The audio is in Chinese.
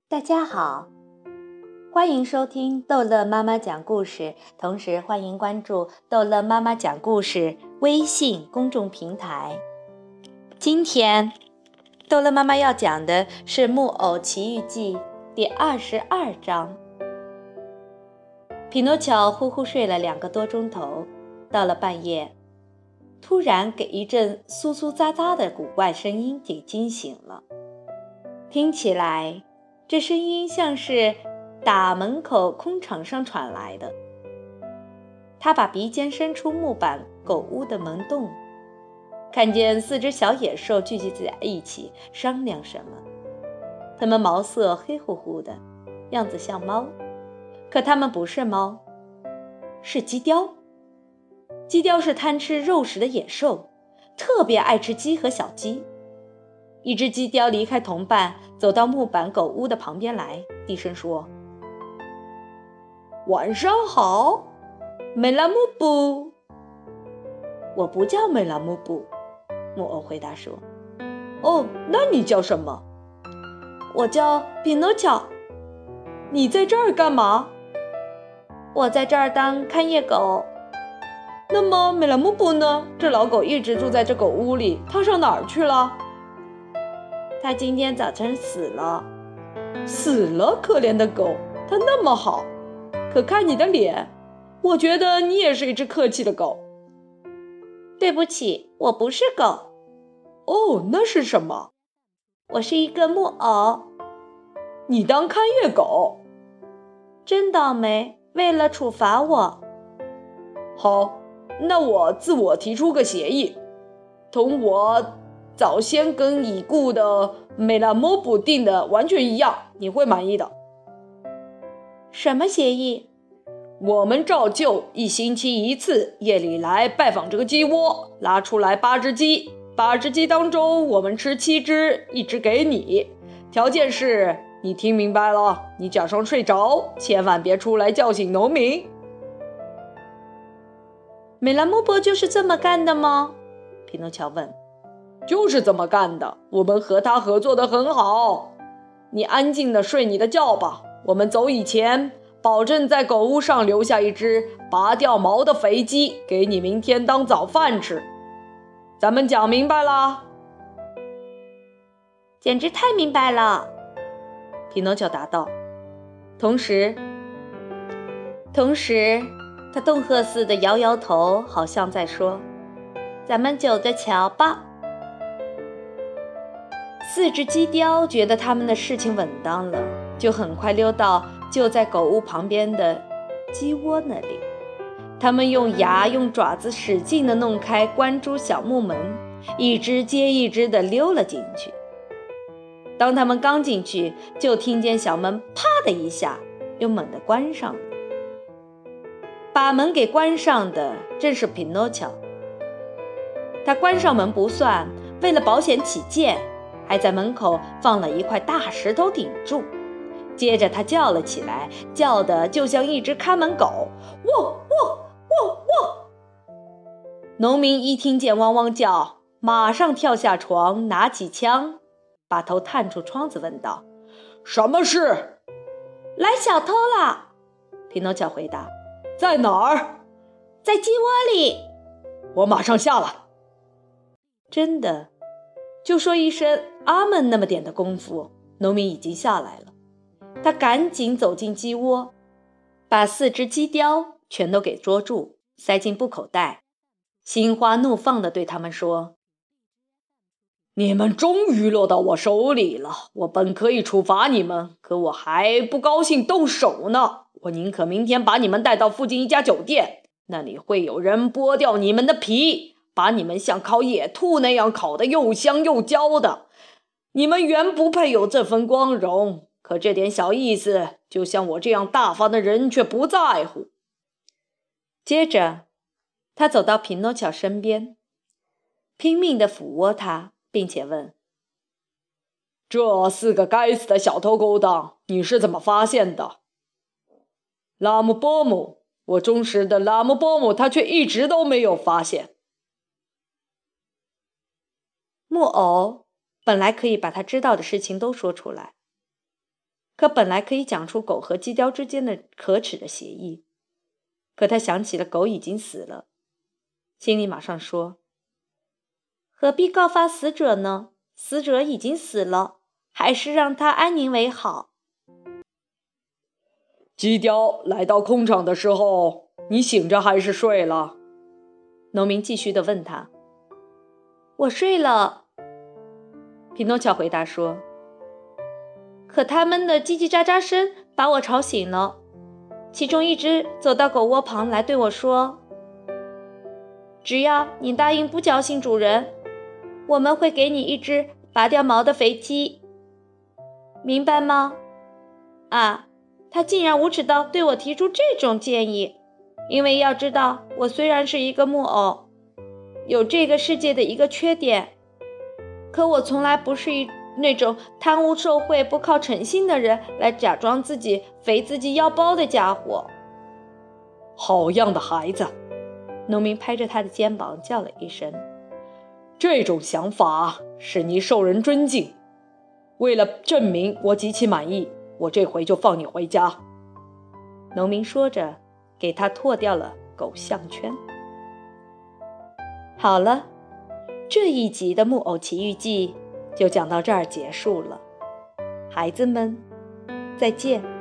大家好，欢迎收听逗乐妈妈讲故事，同时欢迎关注逗乐妈妈讲故事微信公众平台。今天逗乐妈妈要讲的是《木偶奇遇记》第22章。匹诺乔呼呼睡了2个多钟头，到了半夜，突然给一阵酥酥喳喳的古怪声音给惊醒了。听起来这声音像是打门口空场上传来的。他把鼻尖伸出木板狗屋的门洞，看见4只小野兽聚集在一起商量什么。它们毛色黑乎乎的，样子像猫，可它们不是猫，是鸡雕。鸡雕是贪吃肉食的野兽，特别爱吃鸡和小鸡。一只鸡雕离开同伴，走到木板狗屋的旁边来，低声说：晚上好，梅拉木布。我不叫梅拉木布，木偶回答说。哦，那你叫什么？我叫匹诺乔。你在这儿干嘛？我在这儿当看夜狗。那么梅拉木布呢？这老狗一直住在这狗屋里，它上哪儿去了？他今天早晨死了。死了？可怜的狗，它那么好。可看你的脸，我觉得你也是一只客气的狗。对不起，我不是狗。哦，那是什么？我是一个木偶。你当看夜狗？真倒霉，为了处罚我。好，那我自我提出个协议，同我早先跟已故的梅拉莫布定的完全一样，你会满意的。什么协议？我们照旧1星期1次，夜里来拜访这个鸡窝，拉出来8只鸡，8只鸡当中我们吃7只，1只给你。条件是，你听明白了，你假装睡着，千万别出来叫醒农民。梅拉莫布就是这么干的吗？匹诺乔问。就是这么干的，我们和他合作得很好。你安静地睡你的觉吧，我们走以前，保证在狗屋上留下1只拔掉毛的肥鸡，给你明天当早饭吃。咱们讲明白了？简直太明白了，匹诺乔答道。同时他恫吓似的摇摇头，好像在说：咱们走着瞧吧。4只鸡雕觉得他们的事情稳当了，就很快溜到就在狗屋旁边的鸡窝那里。他们用牙用爪子使劲地弄开关珠小木门，1只接1只地溜了进去。当他们刚进去，就听见小门啪的一下又猛地关上了。把门给关上的正是匹诺乔。他关上门不算，为了保险起见，还在门口放了1块大石头顶住。接着他叫了起来，叫得就像一只看门狗，喔喔喔喔。农民一听见汪汪叫，马上跳下床，拿起枪，把头探出窗子问道：什么事？来小偷了，匹诺乔回答。在哪儿？在鸡窝里。我马上下来。真的，就说一声阿门那么点的功夫，农民已经下来了。他赶紧走进鸡窝，把4只鸡雕全都给捉住，塞进布口袋，心花怒放地对他们说：你们终于落到我手里了，我本可以处罚你们，可我还不高兴动手呢。我宁可明天把你们带到附近一家酒店，那里会有人剥掉你们的皮，把你们像烤野兔那样烤得又香又焦的。你们原不配有这份光荣，可这点小意思，就像我这样大方的人却不在乎。接着他走到匹诺乔身边，拼命地抚摸他，并且问：这4个该死的小偷勾当，你是怎么发现的？拉姆波姆，我忠实的拉姆波姆，他却一直都没有发现。木偶本来可以把他知道的事情都说出来， 可本来可以讲出狗和鸡雕之间的可耻的协议。可他想起了狗已经死了，心里马上说：何必告发死者呢？死者已经死了，还是让他安宁为好。 鸡雕来到空场的时候，你醒着还是睡了？ 农民继续地问他。我睡了，匹诺乔回答说。可他们的叽叽喳喳声把我吵醒了，其中一只走到狗窝旁来对我说：只要你答应不叫醒主人，我们会给你一只拔掉毛的肥鸡，明白吗？啊，他竟然无耻到对我提出这种建议，因为要知道，我虽然是一个木偶，有这个世界的一个缺点，可我从来不是那种贪污受贿不靠诚信的人，来假装自己肥自己腰包的家伙。 好样的孩子， 农民拍着他的肩膀叫了一声。 这种想法使你受人尊敬。为了证明我极其满意，我这回就放你回家。 农民说着，给他脱掉了狗项圈。好了，这一集的木偶奇遇记就讲到这儿结束了。孩子们，再见。